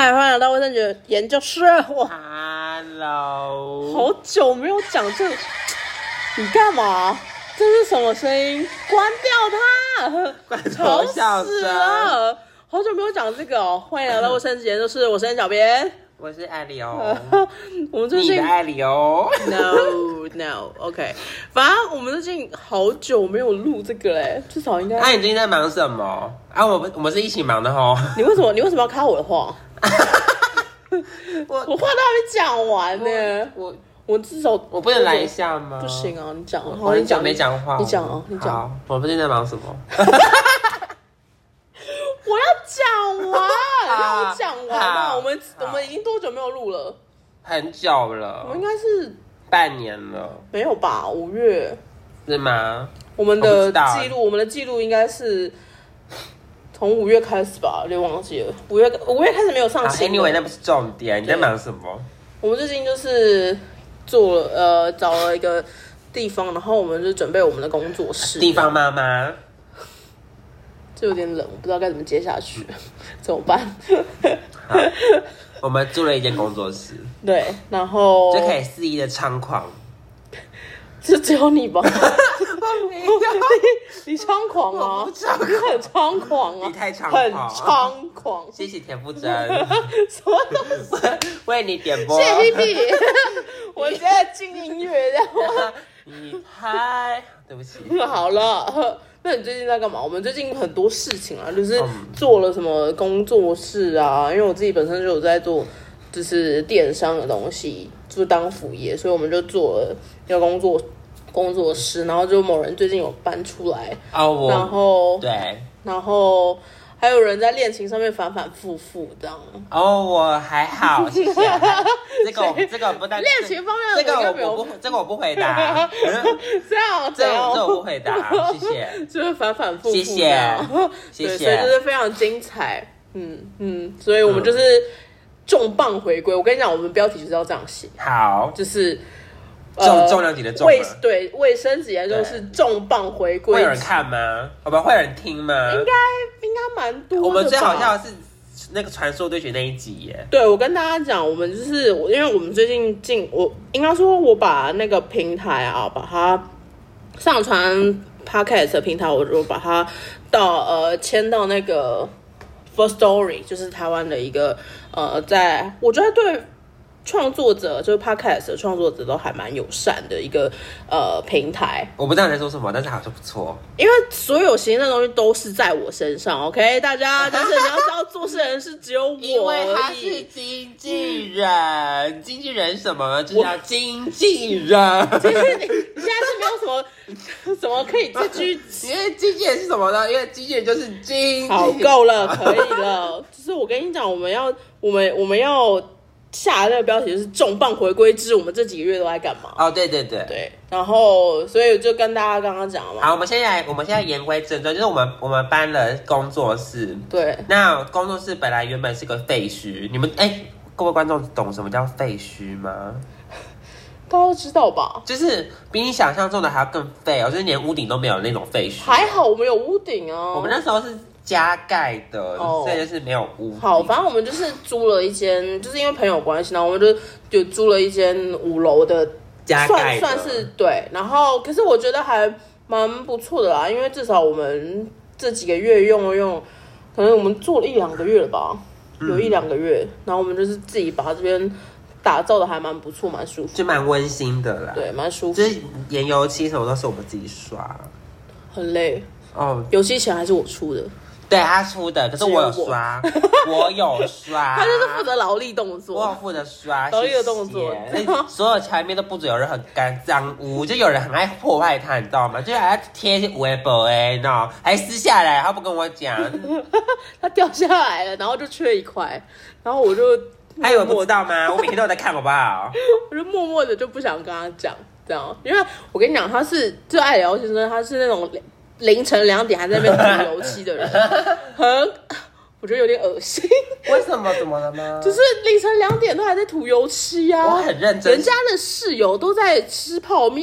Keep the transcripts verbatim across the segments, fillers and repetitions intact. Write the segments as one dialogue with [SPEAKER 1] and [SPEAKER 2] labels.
[SPEAKER 1] 嗨，欢迎来到卫生局研究室。哇
[SPEAKER 2] ，Hello，
[SPEAKER 1] 好久没有讲这，你干嘛？这是什么声音？关掉它！吵死了！好久没有讲这个哦。欢迎来到卫生局研究室，我是小编，
[SPEAKER 2] 我是艾里欧。
[SPEAKER 1] 我们最近
[SPEAKER 2] 你的艾里欧
[SPEAKER 1] ？No No，OK， 反正我们最近好久没有录这个嘞，至少应该。
[SPEAKER 2] 那、啊、你最近在忙什么？啊，我们我们是一起忙的吼。
[SPEAKER 1] 你为什么你为什么要开我的话？我我话都还没讲完呢。我我至少
[SPEAKER 2] 我不能来一下吗？
[SPEAKER 1] 不行啊，你讲。
[SPEAKER 2] 好，你讲没讲话？
[SPEAKER 1] 你讲啊，你讲。
[SPEAKER 2] 我们最近在忙什么？
[SPEAKER 1] 我要讲完，让我讲完吧。我们我们已经多久没有录了？
[SPEAKER 2] 很久了。
[SPEAKER 1] 我们应该是
[SPEAKER 2] 半年了。
[SPEAKER 1] 没有吧？五月
[SPEAKER 2] 是吗？
[SPEAKER 1] 我们的记录，我们的记录应该是从五月开始吧，有点忘记了。五月五月开始没有上新。
[SPEAKER 2] Anyway， 那不是重点。你在忙什么？
[SPEAKER 1] 我们最近就是做了呃找了一个地方，然后我们就准备我们的工作室。
[SPEAKER 2] 地方妈妈。
[SPEAKER 1] 这有点冷，我不知道该怎么接下去，怎么办？
[SPEAKER 2] 好，我们租了一间工作室，
[SPEAKER 1] 对，然后
[SPEAKER 2] 就可以肆意的猖狂。
[SPEAKER 1] 是只有你吧？
[SPEAKER 2] 我没有，
[SPEAKER 1] 你猖狂啊！
[SPEAKER 2] 你
[SPEAKER 1] 很猖狂啊！
[SPEAKER 2] 你太猖狂，
[SPEAKER 1] 很猖狂。
[SPEAKER 2] 谢谢田馥甄，
[SPEAKER 1] 什么东西？
[SPEAKER 2] 为你点播。
[SPEAKER 1] 谢谢屁屁，我现在进音乐，这样吗？
[SPEAKER 2] 你太……对不起。
[SPEAKER 1] 好了。那你最近在干嘛？我们最近很多事情啊，就是做了什么工作室啊，因为我自己本身就有在做，就是电商的东西，就是当副业，所以我们就做了一个工作工作室，然后就某人最近有搬出来，
[SPEAKER 2] 哦，
[SPEAKER 1] 然后
[SPEAKER 2] 对，
[SPEAKER 1] 然后还有人在恋情上面反反复复这样。
[SPEAKER 2] 哦，我还好，谢谢。这个我这个不但
[SPEAKER 1] 恋情方面
[SPEAKER 2] 这个我不这个我不回答。
[SPEAKER 1] 这样
[SPEAKER 2] 这样这我不回答，谢谢。
[SPEAKER 1] 就是反反复复，
[SPEAKER 2] 谢谢谢谢，
[SPEAKER 1] 所以就是非常精彩。嗯嗯，所以我们就是重磅回归。我跟你讲，我们标题就是要这样写。
[SPEAKER 2] 好，
[SPEAKER 1] 就是
[SPEAKER 2] 重重量级的重。
[SPEAKER 1] 卫对卫生纸研究是重磅回归。
[SPEAKER 2] 会有人看吗？我们会有人听吗？
[SPEAKER 1] 应该应该蛮多的吧。
[SPEAKER 2] 我们最好笑的是那个传说对决那一集耶。
[SPEAKER 1] 对，我跟大家讲，我们就是因为我们最近进，我应该说，我把那个平台啊，把它上传 podcast 的平台，我就把它到呃签到那个 First Story， 就是台湾的一个呃，在我觉得对创作者，就是 podcast 的创作者都还蛮友善的一个呃平台。
[SPEAKER 2] 我不知道你在说什么，但是好像不错。
[SPEAKER 1] 因为所有行政的东西都是在我身上 ，OK， 大家就是你要知道，做事人是只有我而已。
[SPEAKER 2] 因为他是经纪人，经纪人什么呢？就是要经纪人。
[SPEAKER 1] 其实你你现在是没有什么什么可以这句，
[SPEAKER 2] 因为经纪人是什么呢？因为经纪人就是经纪。
[SPEAKER 1] 好，够了，可以了。就是我跟你讲，我们要我们我们要。下的那个标题就是重磅回归之我们这几个月都在干嘛？
[SPEAKER 2] 哦，对对对
[SPEAKER 1] 对，然后所以就跟大家刚刚讲了嘛。
[SPEAKER 2] 好，我们现在我们现在言归正传，就是我们我们搬了工作室。
[SPEAKER 1] 对，
[SPEAKER 2] 那工作室本来原本是个废墟，你们哎，各位观众懂什么叫废墟吗？
[SPEAKER 1] 大家都知道吧？
[SPEAKER 2] 就是比你想象中的还要更废哦，就是连屋顶都没有那种废墟。
[SPEAKER 1] 还好我们有屋顶啊，
[SPEAKER 2] 我们那时候是加盖的，
[SPEAKER 1] 哦、
[SPEAKER 2] 所以就是没有屋。
[SPEAKER 1] 好，反正我们就是租了一间，就是因为朋友关系，然后我们就就租了一间五楼的
[SPEAKER 2] 加盖的，
[SPEAKER 1] 算算是对。然后，可是我觉得还蛮不错的啦，因为至少我们这几个月用了用，可能我们做了一两个月了吧，有一两个月，嗯、然后我们就是自己把它这边打造的还蛮不错，蛮舒服，
[SPEAKER 2] 就蛮温馨的啦。
[SPEAKER 1] 对，蛮舒服。
[SPEAKER 2] 就是盐油漆什么都是我们自己刷，
[SPEAKER 1] 很累
[SPEAKER 2] 哦。
[SPEAKER 1] 油漆钱还是我出的。
[SPEAKER 2] 对他出的，可是我有刷，我, 我有刷，
[SPEAKER 1] 他就是负责劳力动作，
[SPEAKER 2] 我有负责刷
[SPEAKER 1] 劳力的动作，
[SPEAKER 2] 所有墙面都不准有任何干脏污，就有人很爱破坏它，你知道吗？就还要贴一些微博哎，你知道，还撕下来，他不跟我讲，
[SPEAKER 1] 他掉下来了，然后就缺一块，然后我就，
[SPEAKER 2] 他以为不知道吗？我每天都有在看，好不好？
[SPEAKER 1] 我就默默的就不想跟他讲，这样，因为我跟你讲，他是就爱聊先生，他是那种。凌晨两点还在那边涂油漆的人，很，我觉得有点恶心。
[SPEAKER 2] 为什么？怎么了吗？
[SPEAKER 1] 就是凌晨两点都还在涂油漆啊！
[SPEAKER 2] 我很认真。
[SPEAKER 1] 人家的室友都在吃泡面、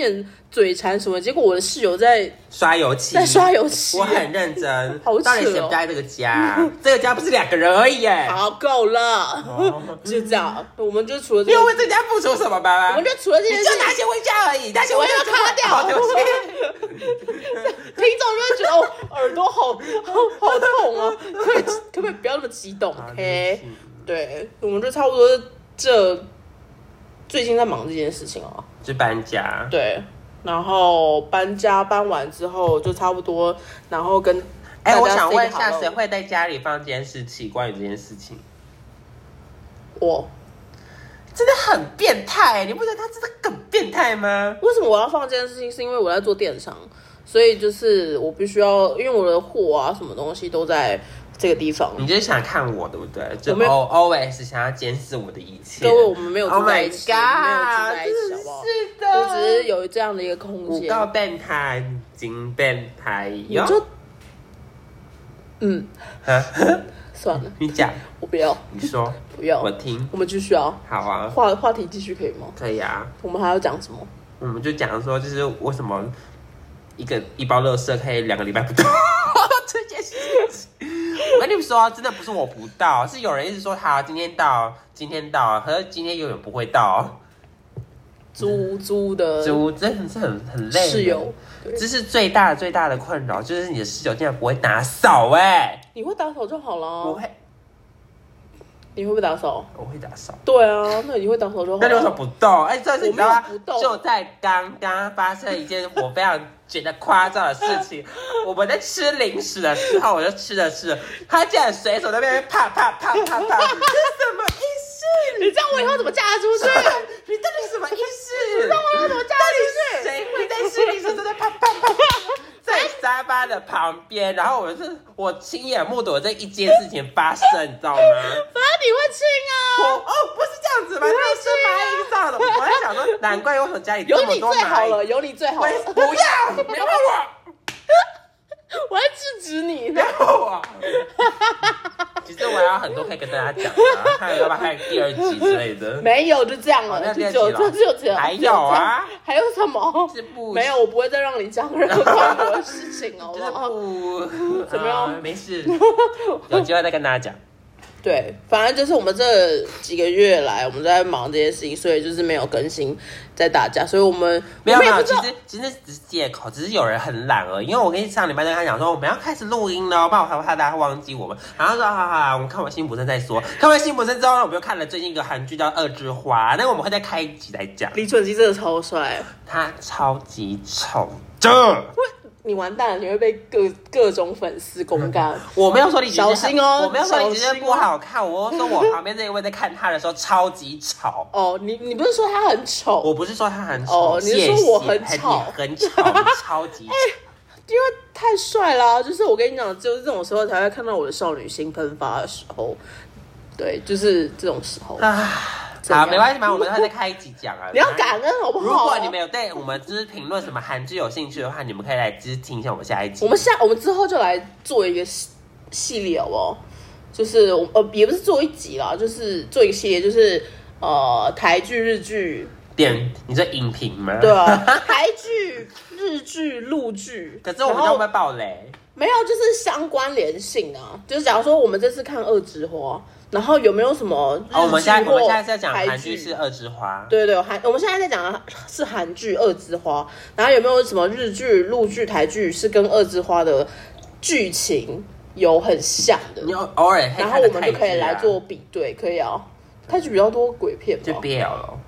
[SPEAKER 1] 嘴馋什么，结果我的室友在
[SPEAKER 2] 刷油漆，
[SPEAKER 1] 在刷油漆，
[SPEAKER 2] 我很认真。
[SPEAKER 1] 好扯哦，
[SPEAKER 2] 到底谁不在这个家？这个家不是两个人而已耶。
[SPEAKER 1] 好，够了，哦、就这样。我们就除了、这个，
[SPEAKER 2] 你有为这家付出什么吗？
[SPEAKER 1] 我们就除了这件事，
[SPEAKER 2] 你就拿钱回家而已，拿钱回家
[SPEAKER 1] 就卡掉。
[SPEAKER 2] 对不起，
[SPEAKER 1] 听众就会觉得哦，耳朵好好好痛哦，可不可以可不可以不要那么激动 ？OK， 对，我们就差不多这最近在忙这件事情哦，
[SPEAKER 2] 就搬家。
[SPEAKER 1] 对。然后搬家搬完之后就差不多，然后跟
[SPEAKER 2] 哎、欸，我想问一下，谁会在家里放监视器？关于这件事情，
[SPEAKER 1] 我
[SPEAKER 2] 真的很变态，你不觉得他真的很变态吗？
[SPEAKER 1] 为什么我要放这件事情？是因为我在做电商，所以就是我必须要，因为我的货啊什么东西都在这个地方。
[SPEAKER 2] 你就是想看我，对不对？就 always 想要监视我的一切。
[SPEAKER 1] 各位，我们没有住在一起，
[SPEAKER 2] oh、
[SPEAKER 1] my God, 没有住在一起，好不好？
[SPEAKER 2] 是的，
[SPEAKER 1] 我只是有这样的一个空间。
[SPEAKER 2] 我告变态，真变态
[SPEAKER 1] 哟！就嗯，算了，
[SPEAKER 2] 你讲，
[SPEAKER 1] 我不要。
[SPEAKER 2] 你说，
[SPEAKER 1] 不要，
[SPEAKER 2] 我听。
[SPEAKER 1] 我们继续啊。
[SPEAKER 2] 好啊。
[SPEAKER 1] 话话题继续可以吗？
[SPEAKER 2] 可以啊。
[SPEAKER 1] 我们还要讲什么？
[SPEAKER 2] 我们就讲说，就是为什么一个一包垃圾可以两个礼拜不到这件事情。我跟你们说，真的不是我不到，是有人一直说好今天到，今天到，可是今天永远不会到。
[SPEAKER 1] 租租的
[SPEAKER 2] 租真的是很很累。
[SPEAKER 1] 室友，
[SPEAKER 2] 这是最大的最大的困扰，就是你的室友竟然不会打扫哎。
[SPEAKER 1] 你会打扫就好了。
[SPEAKER 2] 我会。
[SPEAKER 1] 你会不会打扫？
[SPEAKER 2] 我会打扫。
[SPEAKER 1] 对啊，那你会打扫就好。
[SPEAKER 2] 那你为什么不动？哎、欸，这是你知道吗？就在刚刚发生一件我非常觉得夸张的事情。我们在吃零食的时候，我就吃着吃着，他竟然随手在那边啪啪啪啪啪，这是什么意思？
[SPEAKER 1] 你这样我以后怎么嫁出去？
[SPEAKER 2] 你到底什么意思？
[SPEAKER 1] 你知道我要怎么嫁出去？
[SPEAKER 2] 谁会在吃零食都在啪啪啪？在沙发的旁边，然后我是我亲眼目睹这一件事情发生，你知道吗？
[SPEAKER 1] 反正你会亲啊！
[SPEAKER 2] 我哦，不是这样子吗？那是蚂蚁上的。我在想说，难怪为什么家里这么多蚂蚁。
[SPEAKER 1] 有你最好了，有你最好了。
[SPEAKER 2] 不要，不要我！
[SPEAKER 1] 我要制止你。
[SPEAKER 2] 不要我！其实我要很多可以跟大家讲的，看要不要看第二集之类的。
[SPEAKER 1] 没有，就这样了，就只有就只有这样。
[SPEAKER 2] 还有啊？
[SPEAKER 1] 还有什么？
[SPEAKER 2] 是不？
[SPEAKER 1] 没有，我不会再让你讲任何关于我的事情哦。
[SPEAKER 2] 就是不，
[SPEAKER 1] 怎么样？
[SPEAKER 2] 没事，有机会再跟大家讲。
[SPEAKER 1] 对，反正就是我们这几个月来，我们在忙这件事情，所以就是没有更新在大家，所以我们
[SPEAKER 2] 没有没有，其实其实只是借口，只是有人很懒而已。因为我跟上礼拜跟他讲说，我们要开始录音了，不然我害怕大家忘记我们。然后说好好好，我们看完辛普森再说。看完辛普森之后呢，我们又看了最近一个韩剧叫《恶之花》，那我们会再开一集来讲。
[SPEAKER 1] 李chuẩn基真的超帅，
[SPEAKER 2] 他超级丑的。
[SPEAKER 1] 你完蛋了，你会被各各种粉丝公干。
[SPEAKER 2] 嗯、我没有说你
[SPEAKER 1] 小心哦，
[SPEAKER 2] 我没有说你觉得不好看，我说我旁边这一位在看他的时候超级吵。
[SPEAKER 1] 哦，你你不是说他很丑？
[SPEAKER 2] 我不是说他很丑，
[SPEAKER 1] 哦，你是说我很吵，
[SPEAKER 2] 很吵，超级吵。
[SPEAKER 1] 欸因为太帅啦，就是我跟你讲，就是这种时候才会看到我的少女心喷发的时候。对，就是这种时候。啊
[SPEAKER 2] 好，没关系嘛，我们会再开一集讲啊。
[SPEAKER 1] 你要感恩好不好？
[SPEAKER 2] 如果你们有对我们就是评论什么韩剧有兴趣的话，你们可以来就是听一下我们下一集。
[SPEAKER 1] 我们下我们之后就来做一个系列好不好？就是我呃也不是做一集啦，就是做一个系列，就是呃台剧、日剧。
[SPEAKER 2] 电，你说影评吗？
[SPEAKER 1] 对啊，台剧、日剧、陆剧。
[SPEAKER 2] 可是我们会不会爆雷？
[SPEAKER 1] 没有，就是相关联性啊。就是假如说我们这次看《恶之花》。然后有没有什么日剧或
[SPEAKER 2] 哦，我们现在我们现在在讲韩剧是《恶之花》，
[SPEAKER 1] 对对，韩我们现在在讲的是韩剧《恶之花》，然后有没有什么日剧、陆剧、台剧是跟《恶之花》的剧情有很像的？
[SPEAKER 2] 你偶尔可以看、啊，
[SPEAKER 1] 然后我们就可以来做比对，可以啊。台剧比较多鬼片吧，
[SPEAKER 2] 就 B L 了。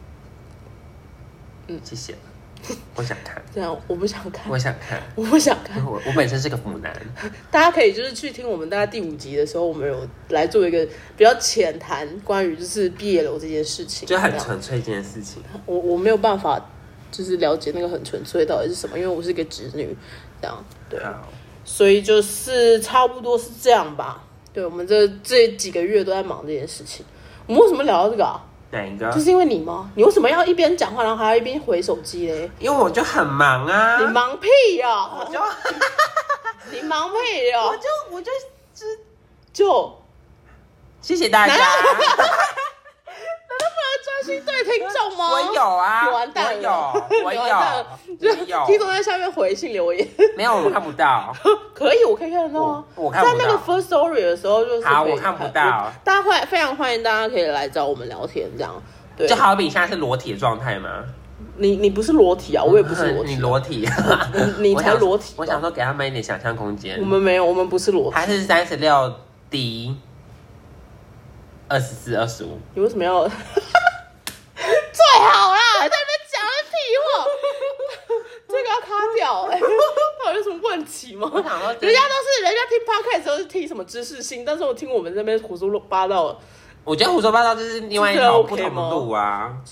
[SPEAKER 2] 嗯，谢谢。我想看，
[SPEAKER 1] 这样我不想看，
[SPEAKER 2] 我想看，
[SPEAKER 1] 我不想看。
[SPEAKER 2] 我我本身是个腐男，
[SPEAKER 1] 大家可以就是去听我们大概第五集的时候，我们有来做一个比较浅谈关于就是 B L 这件事情，
[SPEAKER 2] 就很纯粹这件事情。
[SPEAKER 1] 我我没有办法就是了解那个很纯粹到底是什么，因为我是一个直女，这样对，所以就是差不多是这样吧。对，我们这这几个月都在忙这件事情。我们为什么聊到这个啊？
[SPEAKER 2] 哪一个？
[SPEAKER 1] 就是因为你吗？你为什么要一边讲话，然后还要一边回手机嘞？
[SPEAKER 2] 因为我就很忙啊。
[SPEAKER 1] 你忙屁呀、
[SPEAKER 2] 喔！我就
[SPEAKER 1] 你忙屁呀、
[SPEAKER 2] 喔！我就我就就
[SPEAKER 1] 就
[SPEAKER 2] 谢谢大家。
[SPEAKER 1] 难道不能专心心对听众吗？
[SPEAKER 2] 我有啊，
[SPEAKER 1] 你完蛋了，
[SPEAKER 2] 我有，我有，
[SPEAKER 1] 我有。听众在下面回信留言，
[SPEAKER 2] 没有，我们看不到。
[SPEAKER 1] 可以，我可以看得到啊。
[SPEAKER 2] 我看不到。
[SPEAKER 1] 在那个 First Story 的时候，就是
[SPEAKER 2] 好，我看不到。
[SPEAKER 1] 大家会非常欢迎大家可以来找我们聊天，这样。对，
[SPEAKER 2] 就好比你现在是裸体的状态吗？
[SPEAKER 1] 你你不是裸体啊，我也不是裸体、啊，
[SPEAKER 2] 你裸体，
[SPEAKER 1] 你才裸体
[SPEAKER 2] 我。我想说给他们一点想象空间。
[SPEAKER 1] 我们没有，我们不是裸体，
[SPEAKER 2] 还是三十六 D， 二十四、二十五。
[SPEAKER 1] 你为什么要？最好啦，在那边讲的屁话，这个要卡掉、欸。哎，到底有什么问题吗？人家都是人家听 podcast 都是听什么知识性，但是我听我们这边胡说八道。
[SPEAKER 2] 我觉得胡说八道就是另外一条不同的路啊，
[SPEAKER 1] 就是。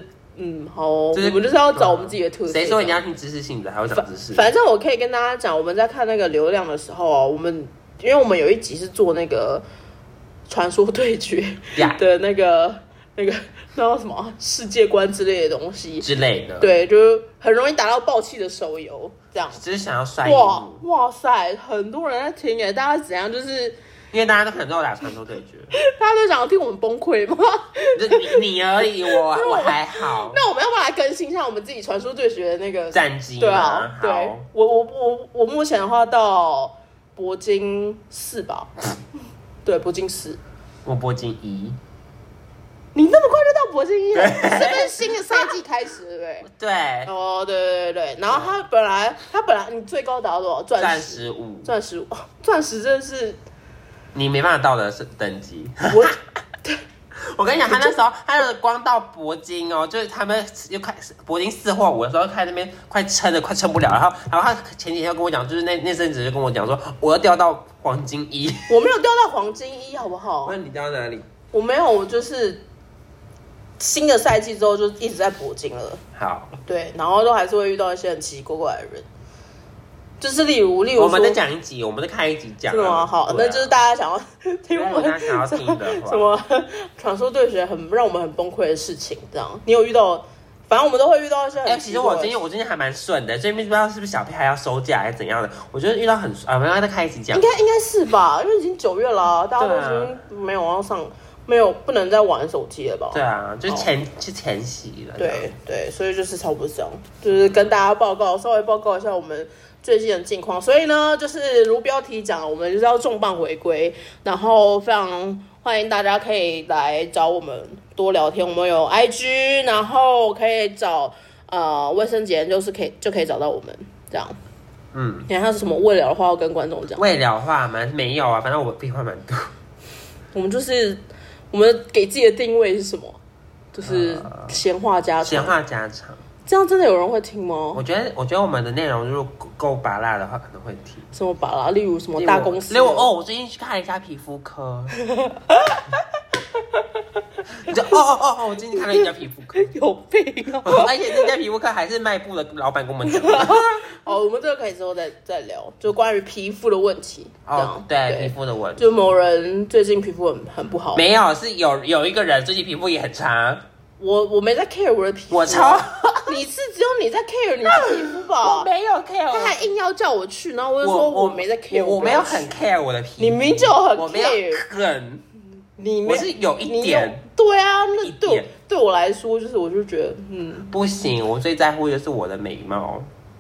[SPEAKER 1] 嗯，好、哦，就是、我们就是要找我们自己的特色。
[SPEAKER 2] 谁说你要听知识性的，还要讲知识？
[SPEAKER 1] 反正我可以跟大家讲，我们在看那个流量的时候啊，我们因为我们有一集是做那个传说对决的那个、yeah. 那个那叫什么世界观之类的东西
[SPEAKER 2] 之类的，
[SPEAKER 1] 对，就是很容易达到爆气的手游这样。
[SPEAKER 2] 只是想要帅
[SPEAKER 1] 哇哇塞，很多人在听耶，大家怎样就是。
[SPEAKER 2] 因为大家都可能都有打传说对决，
[SPEAKER 1] 大家都想要听我们崩溃吗？
[SPEAKER 2] 你你而已，我我还好。
[SPEAKER 1] 那我们要不要来更新一下我们自己传说对决的那个
[SPEAKER 2] 战绩？
[SPEAKER 1] 对啊，对，我我我我目前的话到铂金四吧，对，铂金四，
[SPEAKER 2] 我铂金一。
[SPEAKER 1] 你那么快就到铂金一了？是不是新的赛季开始，对不对？
[SPEAKER 2] 对。
[SPEAKER 1] 哦，对对对，然后他本来他本来你最高达到多少？钻
[SPEAKER 2] 石五，
[SPEAKER 1] 钻石五，钻石真的是。
[SPEAKER 2] 你没办法到的是等级，我我跟你讲，他那时候他的光到铂金哦，就是他们又开始铂金四或五的时候，看那边快撑了，快撑不了，然后然后他前几天要跟我讲，就是那那阵子就跟我讲说，我要掉到黄金一，
[SPEAKER 1] 我没有掉到黄金一，好不好？
[SPEAKER 2] 那你掉到哪里？
[SPEAKER 1] 我没有，我就是新的赛季之后就一直在铂金了。
[SPEAKER 2] 好，
[SPEAKER 1] 对，然后都还是会遇到一些很奇奇怪怪的人。就是例如，例如
[SPEAKER 2] 我们再讲一集，我们再开一集讲。
[SPEAKER 1] 是吗？好，啊、那就是大家想要听我们
[SPEAKER 2] 大家想要听的话，
[SPEAKER 1] 什么传说对决很让我们很崩溃的事情，这样你有遇到？反正我们都会遇到一些很。哎、欸，
[SPEAKER 2] 其实我今天我今天还蛮顺的，最近不知道是不是小 P 还要收假还是怎样的，我觉得遇到很啊，我们要再开一集讲。
[SPEAKER 1] 应该应该是吧，因为已经九月了、啊，大家都已经没有要上，没有不能再玩手机了吧？
[SPEAKER 2] 对啊，就是前是前夕了。
[SPEAKER 1] 对对，所以就是差不多这样，就是跟大家报告，稍微报告一下我们。最近的近况，所以呢，就是如标题讲，我们就是要重磅回归，然后非常欢迎大家可以来找我们多聊天。我们有 I G， 然后可以找呃卫生节，就是可以就可以找到我们这样。嗯，你还有什么未了的话要跟观众讲？
[SPEAKER 2] 未了的话吗？没有啊，反正我屁话蛮多。
[SPEAKER 1] 我们就是我们给自己的定位是什么？就是闲话家常。
[SPEAKER 2] 闲话家常。
[SPEAKER 1] 这样真的有人会听吗？
[SPEAKER 2] 我觉得，我觉得我们的内容如果够拔辣的话，可能会听。
[SPEAKER 1] 什么拔辣？例如什么大公司？
[SPEAKER 2] 例如哦，我最近去看了一家皮肤科。你就哦哦哦哦，我最近看了一家皮肤科，
[SPEAKER 1] 有病啊！
[SPEAKER 2] 而且那家皮肤科还是卖布的老板跟我们讲。
[SPEAKER 1] 哦，我们这个可以之后再再聊，就关于皮肤的问题。
[SPEAKER 2] 哦，对，对皮肤的问题。
[SPEAKER 1] 就某人最近皮肤很很不好。
[SPEAKER 2] 没有，是有有一个人最近皮肤也很差。
[SPEAKER 1] 我我没在 care 我的皮肤、啊，
[SPEAKER 2] 我超，
[SPEAKER 1] 你是只有你在 care 你的皮肤吧？
[SPEAKER 2] 我没有 care，
[SPEAKER 1] 他还硬要叫我去，然后我就说我没在 care，
[SPEAKER 2] 我, 我没有很 care 我的皮肤，
[SPEAKER 1] 你明就很 care，
[SPEAKER 2] 我没有很，
[SPEAKER 1] 你
[SPEAKER 2] 我是有一点，
[SPEAKER 1] 对啊，那对我对我来说就是我就觉得嗯
[SPEAKER 2] 不行，我最在乎的是我的美貌。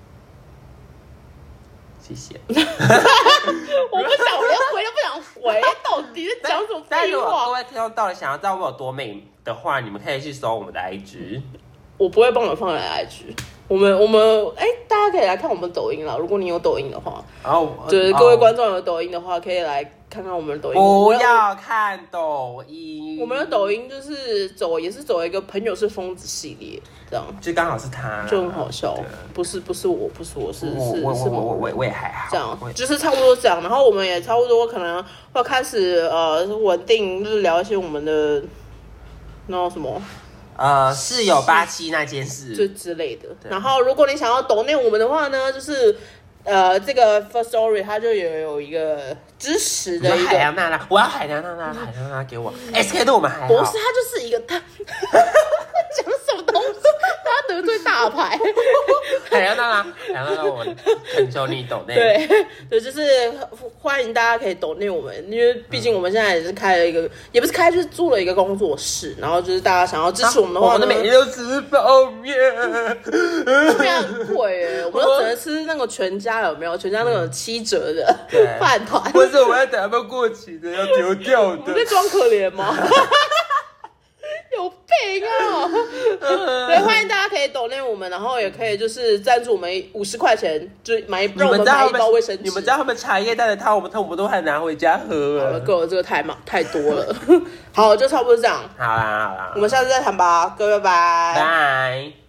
[SPEAKER 2] 谢谢。我不想，
[SPEAKER 1] 我连回都不想回，到底在讲什么废话？
[SPEAKER 2] 但如果各位听众到底想要知道我有多美的话，你们可以去搜我们的 I G。
[SPEAKER 1] 我不会帮你们放在 I G。我们我们哎、欸，大家可以来看我们抖音啦。如果你有抖音的话，
[SPEAKER 2] 然后
[SPEAKER 1] 就是各位观众有抖音的话，可以来看看我们的抖音。
[SPEAKER 2] 不要看抖音，
[SPEAKER 1] 我们的抖音就是走也是走一个朋友是疯子系列，这样
[SPEAKER 2] 就刚好是他，
[SPEAKER 1] 就很好笑。不是不是我，不是我是是
[SPEAKER 2] 我
[SPEAKER 1] 是
[SPEAKER 2] 我我我我也还好，
[SPEAKER 1] 这样就是差不多这样。然后我们也差不多可能会开始呃稳定，就是聊一些我们的那种什么。
[SPEAKER 2] 呃，室友八七那件事，
[SPEAKER 1] 就之类的。然后，如果你想要抖内我们的话呢，就是呃，这个 First Story 它就有有一个支持的一个
[SPEAKER 2] 海洋娜娜，我要海洋娜娜，海洋娜娜给我 S K 对我们还好，
[SPEAKER 1] 不是，它就是一个它讲什么东西，大家得最大牌。
[SPEAKER 2] 海洋娜娜，海洋娜娜，我们恳求你抖内。
[SPEAKER 1] 对对，就是欢迎大家可以抖内我们，因为毕竟我们现在也是开了一个，嗯、也不是开，就是租了一个工作室，然后就是大家想要支持我们的话呢，
[SPEAKER 2] 啊、我们每天都吃泡面，
[SPEAKER 1] 非常贵耶，我们都只能吃那个全家有没有？全家那种七折的饭团，
[SPEAKER 2] 或者我要等他们过期的，要丢掉的。
[SPEAKER 1] 你在装可怜吗？有病啊！对，欢迎大家可以抖内我们，然后也可以就是赞助我们五十块钱，就买让我们买一包卫生纸。
[SPEAKER 2] 你们知道他们茶叶蛋的汤，我们汤我们都还拿回家喝了。
[SPEAKER 1] 好了，够了，这个太忙太多了。好，就差不多这样。
[SPEAKER 2] 好啦好啦，
[SPEAKER 1] 我们下次再谈吧，各位拜拜。
[SPEAKER 2] 拜。